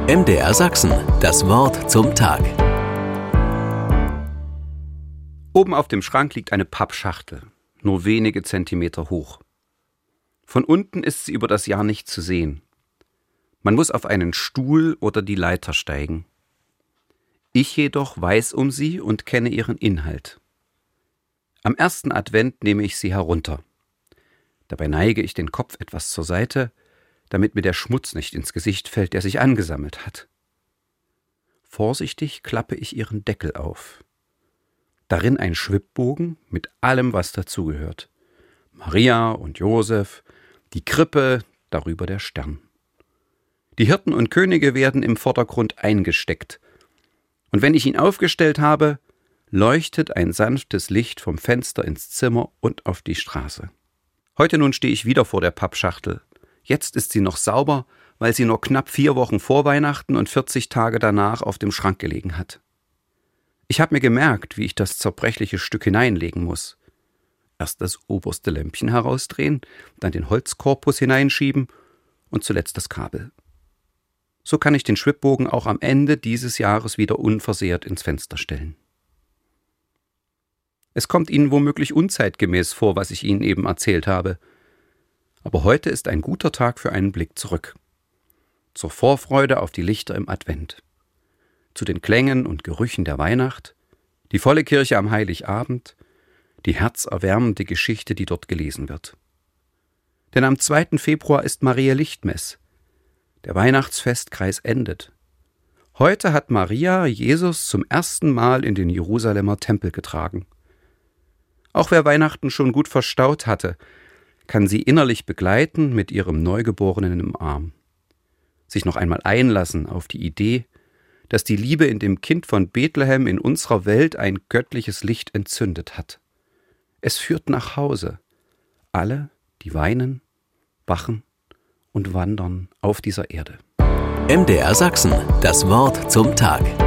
MDR Sachsen, das Wort zum Tag. Oben auf dem Schrank liegt eine Pappschachtel, nur wenige Zentimeter hoch. Von unten ist sie über das Jahr nicht zu sehen. Man muss auf einen Stuhl oder die Leiter steigen. Ich jedoch weiß um sie und kenne ihren Inhalt. Am ersten Advent nehme ich sie herunter. Dabei neige ich den Kopf etwas zur Seite, damit mir der Schmutz nicht ins Gesicht fällt, der sich angesammelt hat. Vorsichtig klappe ich ihren Deckel auf. Darin ein Schwibbogen mit allem, was dazugehört. Maria und Josef, die Krippe, darüber der Stern. Die Hirten und Könige werden im Vordergrund eingesteckt. Und wenn ich ihn aufgestellt habe, leuchtet ein sanftes Licht vom Fenster ins Zimmer und auf die Straße. Heute nun stehe ich wieder vor der Pappschachtel. Jetzt ist sie noch sauber, weil sie nur knapp 4 Wochen vor Weihnachten und 40 Tage danach auf dem Schrank gelegen hat. Ich habe mir gemerkt, wie ich das zerbrechliche Stück hineinlegen muss. Erst das oberste Lämpchen herausdrehen, dann den Holzkorpus hineinschieben und zuletzt das Kabel. So kann ich den Schwibbogen auch am Ende dieses Jahres wieder unversehrt ins Fenster stellen. Es kommt Ihnen womöglich unzeitgemäß vor, was ich Ihnen eben erzählt habe. Aber heute ist ein guter Tag für einen Blick zurück. Zur Vorfreude auf die Lichter im Advent. Zu den Klängen und Gerüchen der Weihnacht, die volle Kirche am Heiligabend, die herzerwärmende Geschichte, die dort gelesen wird. Denn am 2. Februar ist Maria Lichtmess. Der Weihnachtsfestkreis endet. Heute hat Maria Jesus zum ersten Mal in den Jerusalemer Tempel getragen. Auch wer Weihnachten schon gut verstaut hatte, kann sie innerlich begleiten mit ihrem Neugeborenen im Arm. Sich noch einmal einlassen auf die Idee, dass die Liebe in dem Kind von Bethlehem in unserer Welt ein göttliches Licht entzündet hat. Es führt nach Hause. Alle, die weinen, wachen und wandern auf dieser Erde. MDR Sachsen, das Wort zum Tag.